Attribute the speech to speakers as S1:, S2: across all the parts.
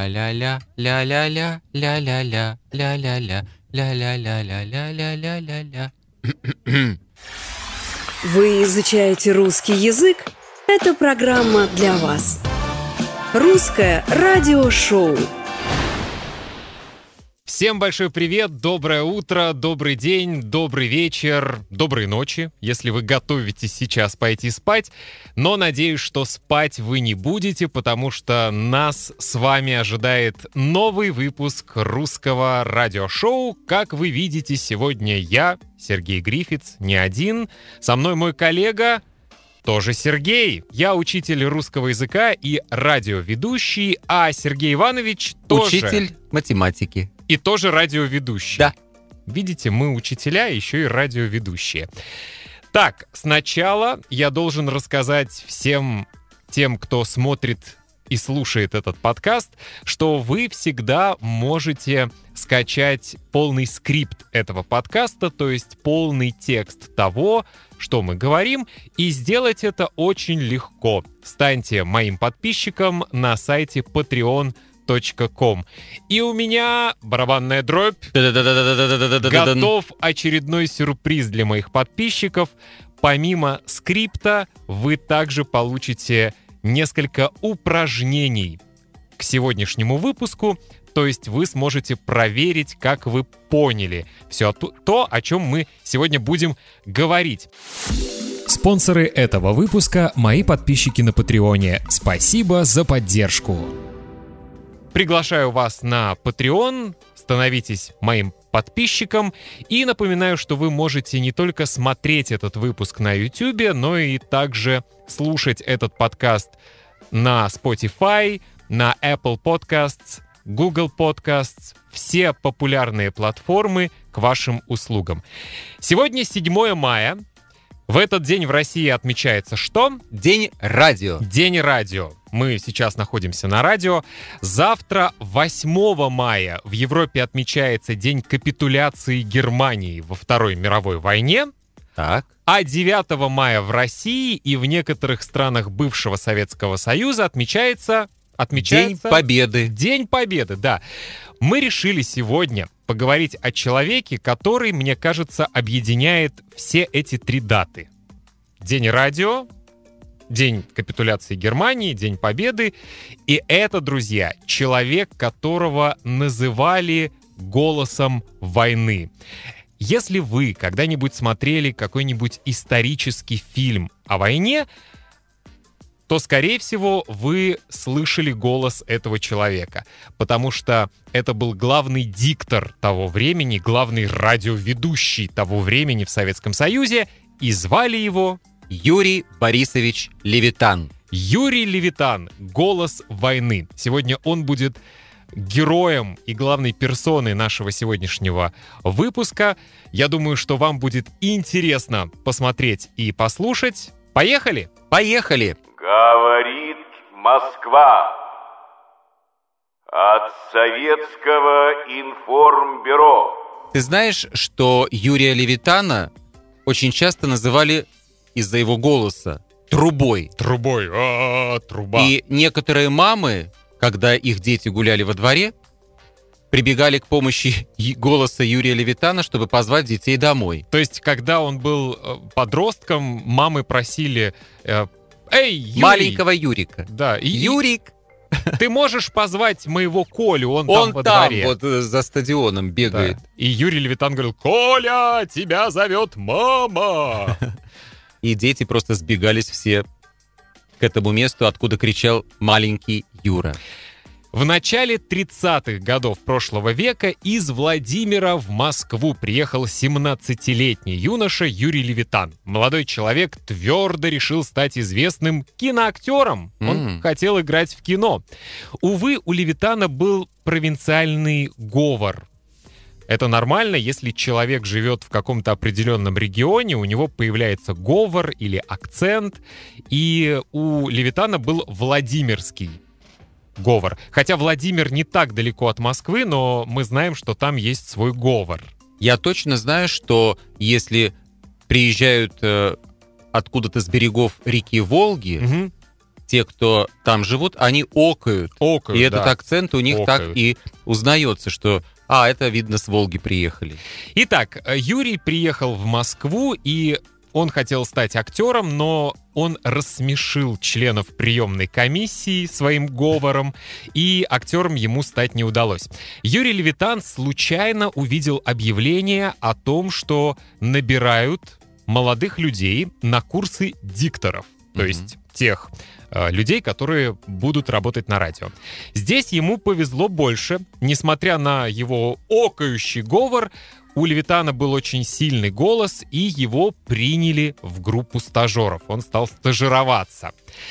S1: ля-ля-ля, ля-ля-ля, ля-ля-ля, ля-ля-ля, ля-ля-ля-ля-ля-ля-ля-ля.
S2: Вы изучаете русский язык? Это программа для вас. Русское радиошоу.
S1: Всем большой привет, доброе утро, добрый день, добрый вечер, доброй ночи, если вы готовитесь сейчас пойти спать. Но надеюсь, что спать вы не будете, потому что нас с вами ожидает новый выпуск русского радиошоу. Как вы видите, сегодня я, Сергей Грифиц, не один. Со мной мой коллега, тоже Сергей. Я учитель русского языка и радиоведущий, а Сергей Иванович тоже...
S3: Учитель математики.
S1: И тоже радиоведущий.
S3: Да.
S1: Видите, мы учителя, еще и радиоведущие. Так, сначала я должен рассказать всем тем, кто смотрит и слушает этот подкаст, что вы всегда можете скачать полный скрипт этого подкаста, то есть полный текст того, что мы говорим, и сделать это очень легко. Станьте моим подписчиком на сайте patreon.com. И у меня барабанная дробь. Готов очередной сюрприз для моих подписчиков. Помимо скрипта вы также получите несколько упражнений к сегодняшнему выпуску. То есть вы сможете проверить, как вы поняли все то, о чем мы сегодня будем говорить. Спонсоры этого выпуска — мои подписчики на Патреоне. Спасибо за поддержку. Приглашаю вас на Patreon, становитесь моим подписчиком и напоминаю, что вы можете не только смотреть этот выпуск на YouTube, но и также слушать этот подкаст на Spotify, на Apple Podcasts, Google Podcasts, все популярные платформы к вашим услугам. Сегодня 7 мая. В этот день в России отмечается что?
S3: День радио.
S1: День радио. Мы сейчас находимся на радио. Завтра, 8 мая, в Европе отмечается День капитуляции Германии во Второй мировой войне.
S3: Так.
S1: А 9 мая в России и в некоторых странах бывшего Советского Союза отмечается...
S3: День Победы.
S1: День Победы, да. Мы решили сегодня поговорить о человеке, который, мне кажется, объединяет все эти три даты. День радио, День капитуляции Германии, День Победы. И это, друзья, человек, которого называли голосом войны. Если вы когда-нибудь смотрели какой-нибудь исторический фильм о войне, то, скорее всего, вы слышали голос этого человека, потому что это был главный диктор того времени, главный радиоведущий того времени в Советском Союзе, и звали его
S3: Юрий Борисович Левитан.
S1: Юрий Левитан, голос войны. Сегодня он будет героем и главной персоной нашего сегодняшнего выпуска. Я думаю, что вам будет интересно посмотреть и послушать. Поехали?
S3: Поехали!
S4: Говорит Москва. От Советского информбюро.
S3: Ты знаешь, что Юрия Левитана очень часто называли из-за его голоса трубой.
S1: Трубой, труба.
S3: И некоторые мамы, когда их дети гуляли во дворе, прибегали к помощи голоса Юрия Левитана, чтобы позвать детей домой.
S1: То есть, когда он был подростком, мамы просили: «Эй, Юрий!»
S3: Маленького Юрика.
S1: Да.
S3: Юрик!
S1: Ты можешь позвать моего Колю, он там во дворе.
S3: Вот за стадионом бегает.
S1: Да. И Юрий Левитан говорил: «Коля, тебя зовет мама!»
S3: И дети просто сбегались все к этому месту, откуда кричал маленький Юра.
S1: В начале 30-х годов прошлого века из Владимира в Москву приехал 17-летний юноша Юрий Левитан. Молодой человек твердо решил стать известным киноактером. Он хотел играть в кино. Увы, у Левитана был провинциальный говор. Это нормально, если человек живет в каком-то определенном регионе, у него появляется говор или акцент. И у Левитана был владимирский говор. Хотя Владимир не так далеко от Москвы, но мы знаем, что там есть свой говор.
S3: Я точно знаю, что если приезжают откуда-то с берегов реки Волги, те, кто там живут, они окают. И этот акцент у них так и узнается, что это, видно, с Волги приехали.
S1: Итак, Юрий приехал в Москву, и он хотел стать актером, но он рассмешил членов приемной комиссии своим говором, и актером ему стать не удалось. Юрий Левитан случайно увидел объявление о том, что набирают молодых людей на курсы дикторов, то есть тех людей, которые будут работать на радио. Здесь ему повезло больше. Несмотря на его окающий говор, у Левитана был очень сильный голос, и его приняли в группу стажеров. Он стал стажироваться.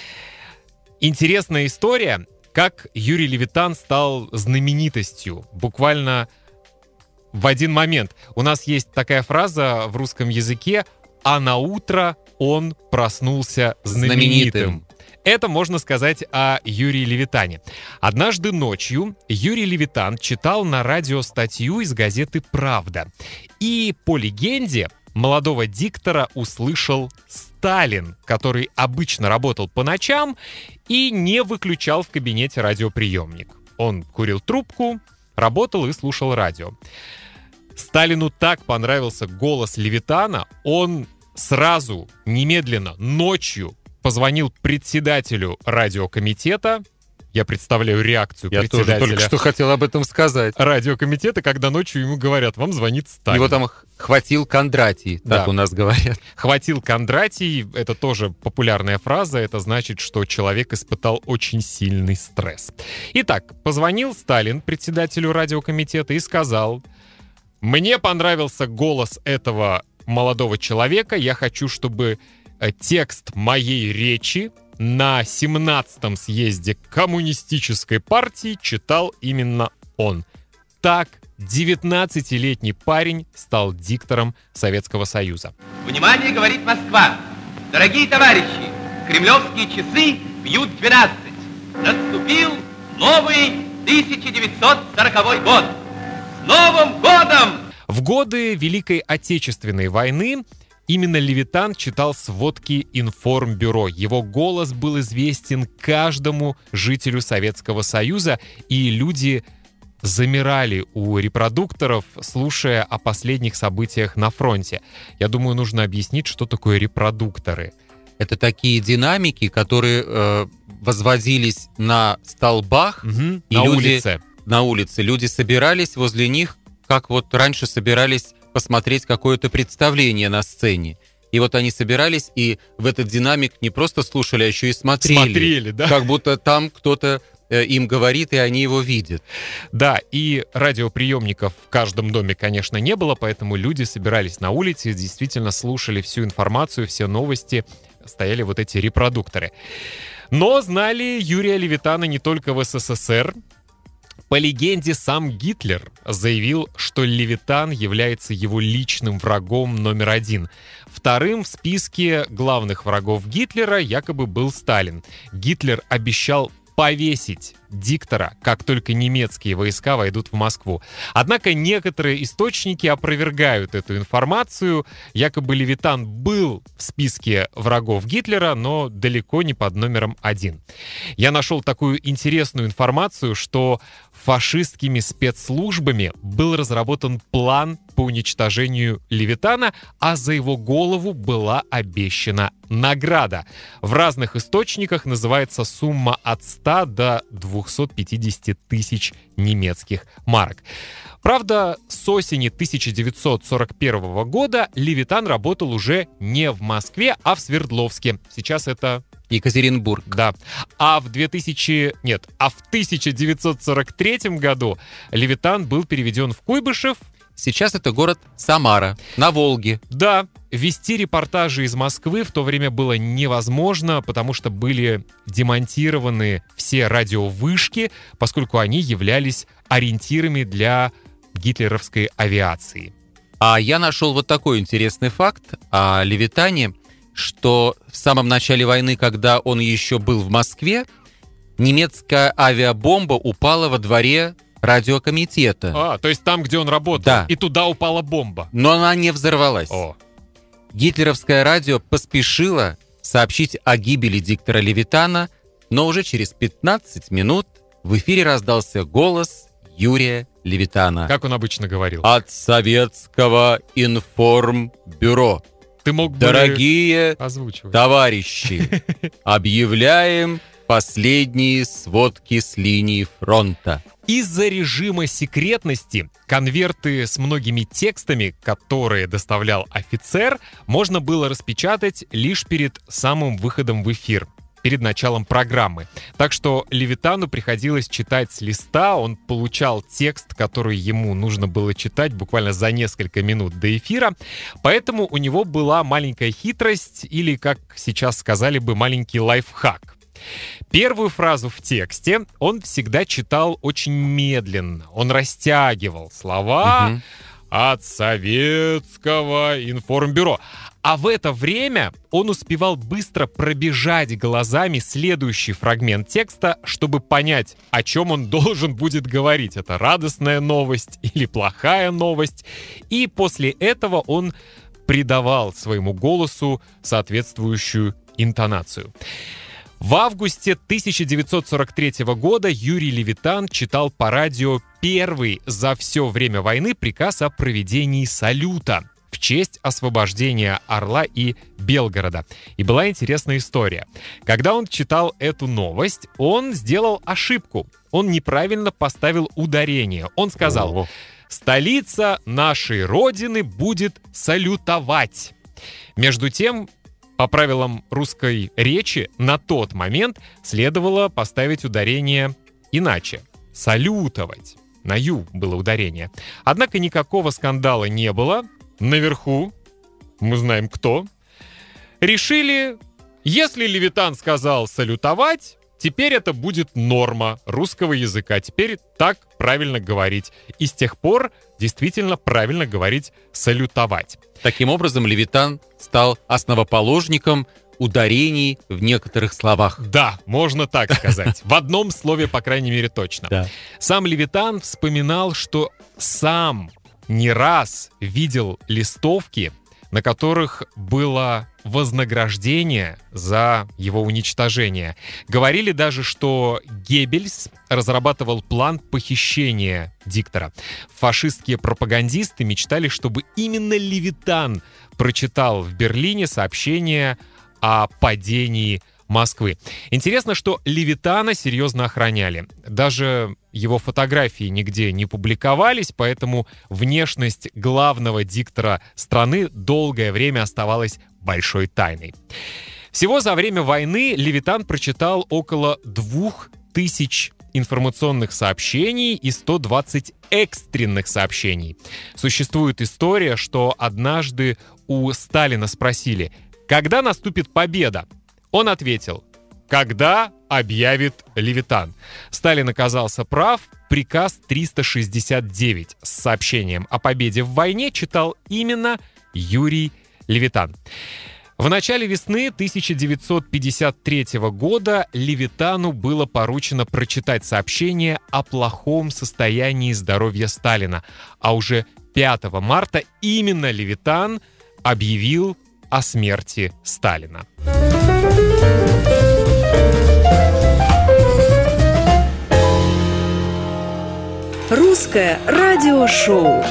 S1: Интересная история, как Юрий Левитан стал знаменитостью. Буквально в один момент. У нас есть такая фраза в русском языке: «А на утро он проснулся знаменитым». Это можно сказать о Юрии Левитане. Однажды ночью Юрий Левитан читал на радио статью из газеты «Правда». И по легенде молодого диктора услышал Сталин, который обычно работал по ночам и не выключал в кабинете радиоприемник. Он курил трубку, работал и слушал радио. Сталину так понравился голос Левитана, он сразу, немедленно, ночью позвонил председателю радиокомитета. Я представляю реакцию председателя.
S3: Я тоже только что хотел об этом сказать.
S1: Радиокомитета, когда ночью ему говорят: вам звонит Сталин.
S3: Его там хватил Кондратий, так у нас говорят.
S1: Хватил Кондратий, это тоже популярная фраза, это значит, что человек испытал очень сильный стресс. Итак, позвонил Сталин председателю радиокомитета и сказал: мне понравился голос этого молодого человека, я хочу, чтобы текст моей речи на 17-м съезде Коммунистической партии читал именно он. Так 19-летний парень стал диктором Советского Союза.
S5: Внимание, говорит Москва. Дорогие товарищи, кремлевские часы бьют 12. Наступил новый 1940 год. С Новым годом!
S1: В годы Великой Отечественной войны именно Левитан читал сводки Информбюро. Его голос был известен каждому жителю Советского Союза, и люди замирали у репродукторов, слушая о последних событиях на фронте. Я думаю, нужно объяснить, что такое репродукторы.
S3: Это такие динамики, которые возводились на столбах, и
S1: на
S3: люди,
S1: улице.
S3: На улице. Люди собирались возле них, как вот раньше собирались посмотреть какое-то представление на сцене. И вот они собирались, и в этот динамик не просто слушали, а еще и смотрели.
S1: Смотрели, да?
S3: Как будто там кто-то им говорит, и они его видят.
S1: Да, и радиоприемников в каждом доме, конечно, не было, поэтому люди собирались на улице, действительно слушали всю информацию, все новости, стояли вот эти репродукторы. Но знали Юрия Левитана не только в СССР. По легенде, сам Гитлер заявил, что Левитан является его личным врагом номер один. Вторым в списке главных врагов Гитлера якобы был Сталин. Гитлер обещал повесить диктора, как только немецкие войска войдут в Москву. Однако некоторые источники опровергают эту информацию. Якобы Левитан был в списке врагов Гитлера, но далеко не под номером 1. Я нашел такую интересную информацию, что фашистскими спецслужбами был разработан план по уничтожению Левитана, а за его голову была обещана награда. В разных источниках называется сумма от 100 до 250 тысяч немецких марок. Правда, с осени 1941 года Левитан работал уже не в Москве, а в Свердловске. Сейчас это
S3: Екатеринбург.
S1: Да. А в 1943 году Левитан был переведен в Куйбышев.
S3: Сейчас это город Самара, на Волге.
S1: Да, вести репортажи из Москвы в то время было невозможно, потому что были демонтированы все радиовышки, поскольку они являлись ориентирами для гитлеровской авиации.
S3: А я нашел вот такой интересный факт о Левитане, что в самом начале войны, когда он еще был в Москве, немецкая авиабомба упала во дворе радиокомитета.
S1: То есть там, где он работал,
S3: да.
S1: И туда упала бомба.
S3: Но она не взорвалась.
S1: О.
S3: Гитлеровское радио поспешило сообщить о гибели диктора Левитана Но уже через 15 минут в эфире раздался голос Юрия Левитана.
S1: Как он обычно говорил?
S3: От Советского информбюро.
S1: Ты мог бы
S3: Дорогие
S1: озвучивать.
S3: товарищи, объявляем последние сводки с линии фронта.
S1: Из-за режима секретности конверты с многими текстами, которые доставлял офицер, можно было распечатать лишь перед самым выходом в эфир, перед началом программы. Так что Левитану приходилось читать с листа, он получал текст, который ему нужно было читать буквально за несколько минут до эфира, поэтому у него была маленькая хитрость, или, как сейчас сказали бы, маленький лайфхак. Первую фразу в тексте он всегда читал очень медленно, он растягивал слова от Советского информбюро. А в это время он успевал быстро пробежать глазами следующий фрагмент текста, чтобы понять, о чем он должен будет говорить. Это радостная новость или плохая новость. И после этого он придавал своему голосу соответствующую интонацию. В августе 1943 года Юрий Левитан читал по радио первый за все время войны приказ о проведении салюта в честь освобождения Орла и Белгорода. И была интересная история. Когда он читал эту новость, он сделал ошибку. Он неправильно поставил ударение. Он сказал: «Столица нашей Родины будет салютовать». Между тем, по правилам русской речи, на тот момент следовало поставить ударение иначе. Салютовать. На «ю» было ударение. Однако никакого скандала не было. Наверху, мы знаем кто, решили, если Левитан сказал салютовать, теперь это будет норма русского языка. Теперь так правильно говорить. И с тех пор действительно правильно говорить салютовать.
S3: Таким образом, Левитан стал основоположником ударений в некоторых словах.
S1: Да, можно так сказать. В одном слове, по крайней мере, точно.
S3: Да.
S1: Сам Левитан вспоминал, что сам не раз видел листовки, на которых было вознаграждение за его уничтожение. Говорили даже, что Геббельс разрабатывал план похищения диктора. Фашистские пропагандисты мечтали, чтобы именно Левитан прочитал в Берлине сообщение о падении Москвы. Интересно, что Левитана серьезно охраняли. Даже его фотографии нигде не публиковались, поэтому внешность главного диктора страны долгое время оставалась большой тайной. Всего за время войны Левитан прочитал около 2000 информационных сообщений и 120 экстренных сообщений. Существует история, что однажды у Сталина спросили: «Когда наступит победа?» Он ответил: «Когда объявит Левитан». Сталин оказался прав. Приказ 369 с сообщением о победе в войне читал именно Юрий Левитан. В начале весны 1953 года Левитану было поручено прочитать сообщение о плохом состоянии здоровья Сталина. А уже 5 марта именно Левитан объявил о смерти Сталина.
S2: Русское радиошоу.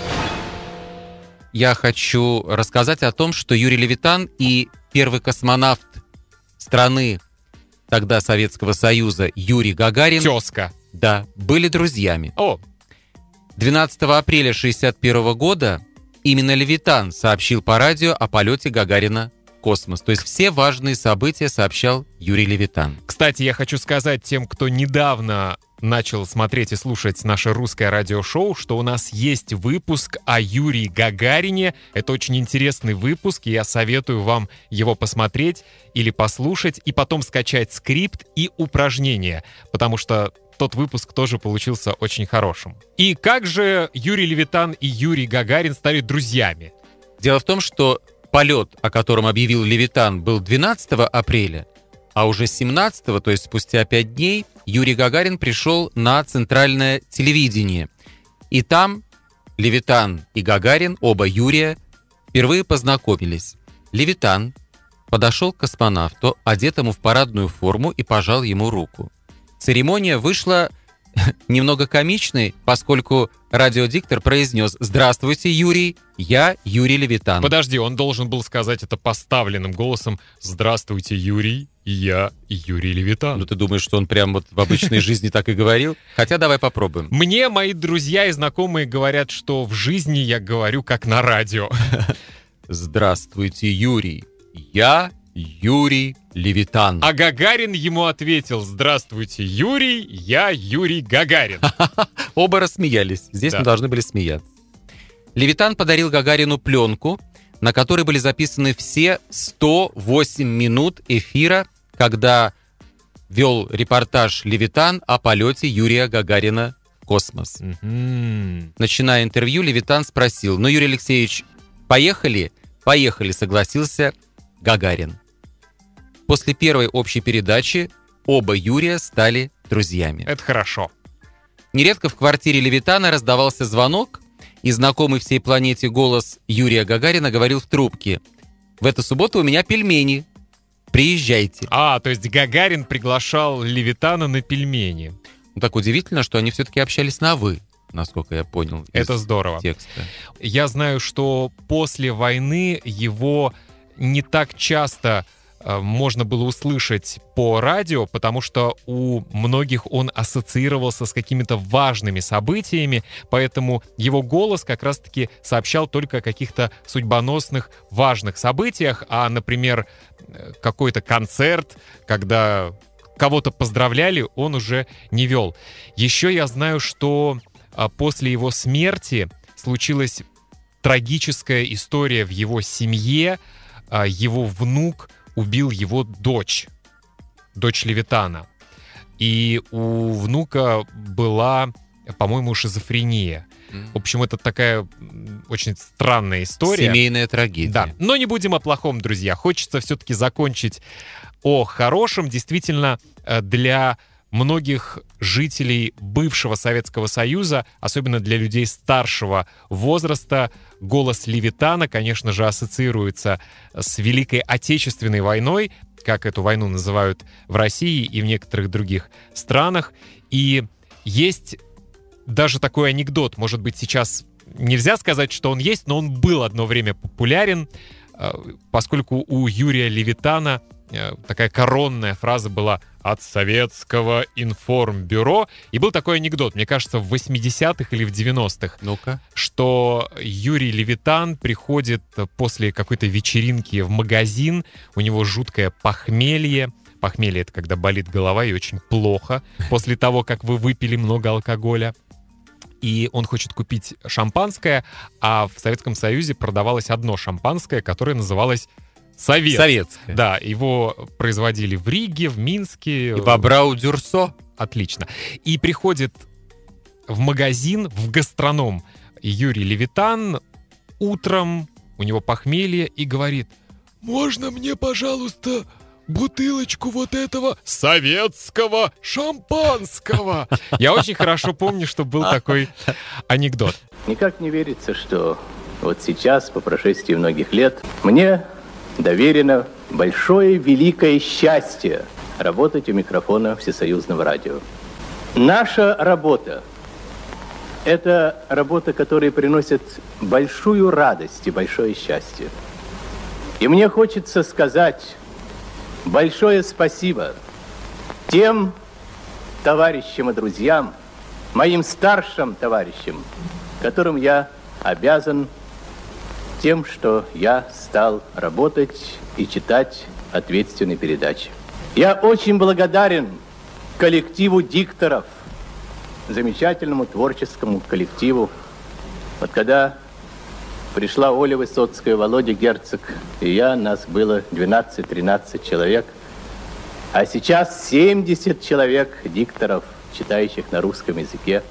S3: Я хочу рассказать о том, что Юрий Левитан и первый космонавт страны тогда Советского Союза Юрий Гагарин,
S1: Тезка.
S3: да, были друзьями. 12 апреля 1961 года именно Левитан сообщил по радио о полете Гагарина в космос. То есть все важные события сообщал Юрий Левитан.
S1: Кстати, я хочу сказать тем, кто недавно начал смотреть и слушать наше русское радиошоу, что у нас есть выпуск о Юрии Гагарине. Это очень интересный выпуск, и я советую вам его посмотреть или послушать, и потом скачать скрипт и упражнения, потому что тот выпуск тоже получился очень хорошим. И как же Юрий Левитан и Юрий Гагарин стали друзьями?
S3: Дело в том, что полет, о котором объявил Левитан, был 12 апреля, а уже 17-го, то есть спустя 5 дней, Юрий Гагарин пришел на центральное телевидение. И там Левитан и Гагарин, оба Юрия, впервые познакомились. Левитан подошел к космонавту, одетому в парадную форму, и пожал ему руку. Церемония вышла немного комичной, поскольку радиодиктор произнес: «Здравствуйте, Юрий, я Юрий Левитан».
S1: Подожди, он должен был сказать это поставленным голосом: «Здравствуйте, Юрий, я Юрий Левитан».
S3: Ну, ты думаешь, что он прям вот в обычной жизни так и говорил? Хотя давай попробуем.
S1: Мне мои друзья и знакомые говорят, что в жизни я говорю как на радио.
S3: «Здравствуйте, Юрий, я Юрий Левитан».
S1: А Гагарин ему ответил: «Здравствуйте, Юрий, я Юрий Гагарин».
S3: Оба рассмеялись. Здесь
S1: Да.
S3: мы должны были смеяться. Левитан подарил Гагарину пленку, на которой были записаны все 108 минут эфира, когда вел репортаж Левитан о полете Юрия Гагарина в космос.
S1: Мгм.
S3: Начиная интервью, Левитан спросил: «Ну, Юрий Алексеевич, поехали?» «Поехали», согласился Гагарин. После первой общей передачи оба Юрия стали друзьями.
S1: Это хорошо.
S3: Нередко в квартире Левитана раздавался звонок, и знакомый всей планете голос Юрия Гагарина говорил в трубке: «В эту субботу у меня пельмени. Приезжайте».
S1: То есть Гагарин приглашал Левитана на пельмени.
S3: Ну, так удивительно, что они все-таки общались на «вы», насколько я понял из
S1: Это здорово.
S3: текста.
S1: Я знаю, что после войны его не так часто можно было услышать по радио, потому что у многих он ассоциировался с какими-то важными событиями, поэтому его голос как раз-таки сообщал только о каких-то судьбоносных важных событиях, а, например, какой-то концерт, когда кого-то поздравляли, он уже не вел. Еще я знаю, что после его смерти случилась трагическая история в его семье. Его внук убил его дочь Левитана. И у внука была, по-моему, шизофрения. В общем, это такая очень странная история.
S3: Семейная трагедия.
S1: Да, но не будем о плохом, друзья. Хочется все-таки закончить о хорошем. Действительно, для многих жителей бывшего Советского Союза, особенно для людей старшего возраста, голос Левитана, конечно же, ассоциируется с Великой Отечественной войной, как эту войну называют в России и в некоторых других странах. И есть даже такой анекдот, может быть, сейчас нельзя сказать, что он есть, но он был одно время популярен, поскольку у Юрия Левитана такая коронная фраза была от Советского информбюро. И был такой анекдот, мне кажется, в 80-х или в 90-х,
S3: Ну-ка.
S1: что Юрий Левитан приходит после какой-то вечеринки в магазин, у него жуткое похмелье. Похмелье — это когда болит голова и очень плохо после того, как вы выпили много алкоголя. И он хочет купить шампанское, а в Советском Союзе продавалось одно шампанское, которое называлось
S3: Советское.
S1: Да, его производили в Риге, в Минске.
S3: И Бобрау-Дюрсо.
S1: Отлично. И приходит в магазин, в гастроном Юрий Левитан утром, у него похмелье, и говорит: «Можно мне, пожалуйста, бутылочку вот этого советского шампанского?» Я очень хорошо помню, что был такой анекдот.
S6: Никак не верится, что вот сейчас, по прошествии многих лет, мне доверено большое, великое счастье работать у микрофона Всесоюзного радио. Наша работа – это работа, которая приносит большую радость и большое счастье. И мне хочется сказать большое спасибо тем товарищам и друзьям, моим старшим товарищам, которым я обязан тем, что я стал работать и читать ответственные передачи. Я очень благодарен коллективу дикторов, замечательному творческому коллективу. Вот когда пришла Оля Высоцкая, Володя Герцог и я, нас было 12-13 человек, а сейчас 70 человек дикторов, читающих на русском языке.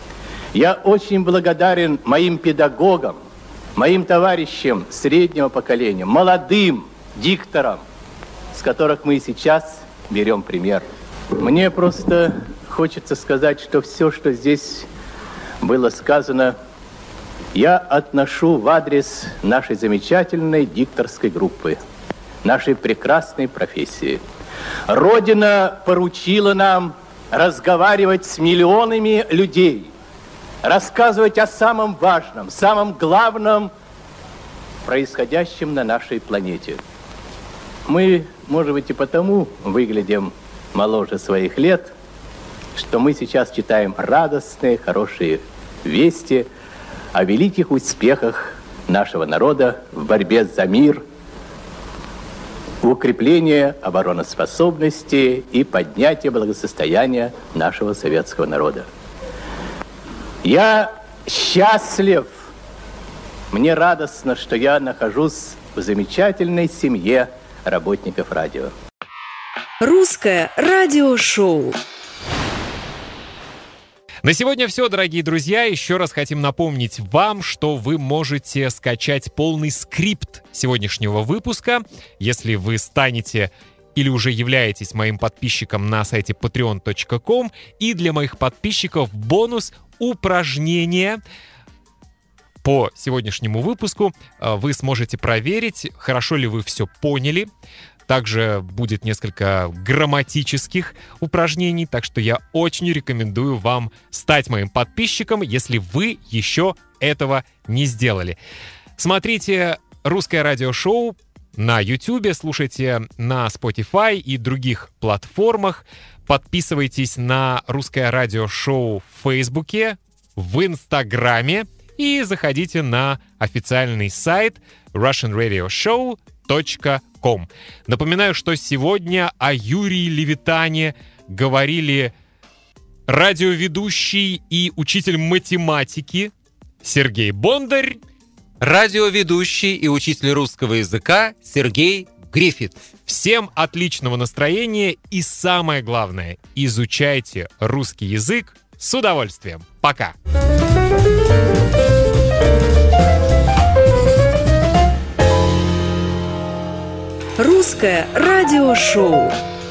S6: Я очень благодарен моим педагогам, моим товарищам среднего поколения, молодым дикторам, с которых мы и сейчас берем пример. Мне просто хочется сказать, что все, что здесь было сказано, я отношу в адрес нашей замечательной дикторской группы. нашей прекрасной профессии. Родина поручила нам разговаривать с миллионами людей, рассказывать о самом важном, самом главном, происходящем на нашей планете. Мы, может быть, и потому выглядим моложе своих лет, что мы сейчас читаем радостные, хорошие вести о великих успехах нашего народа в борьбе за мир, в укреплении обороноспособности и поднятие благосостояния нашего советского народа. Я счастлив, мне радостно, что я нахожусь в замечательной семье работников радио.
S2: Русское радиошоу.
S1: На сегодня все, дорогие друзья. Еще раз хотим напомнить вам, что вы можете скачать полный скрипт сегодняшнего выпуска, если вы станете или уже являетесь моим подписчиком на сайте patreon.com. И для моих подписчиков бонус упражнения по сегодняшнему выпуску. Вы сможете проверить, хорошо ли вы все поняли. Также будет несколько грамматических упражнений, так что я очень рекомендую вам стать моим подписчиком, если вы еще этого не сделали. Смотрите «Русское радиошоу» на YouTube, слушайте на Spotify и других платформах, подписывайтесь на «Русское радиошоу» в Фейсбуке, в Инстаграме и заходите на официальный сайт russianradioshow.com. Напоминаю, что сегодня о Юрии Левитане говорили радиоведущий и учитель математики Сергей Бондарь,
S3: радиоведущий и учитель русского языка Сергей Гриффит.
S1: Всем отличного настроения и самое главное, изучайте русский язык с удовольствием. Пока!
S2: Русское радиошоу.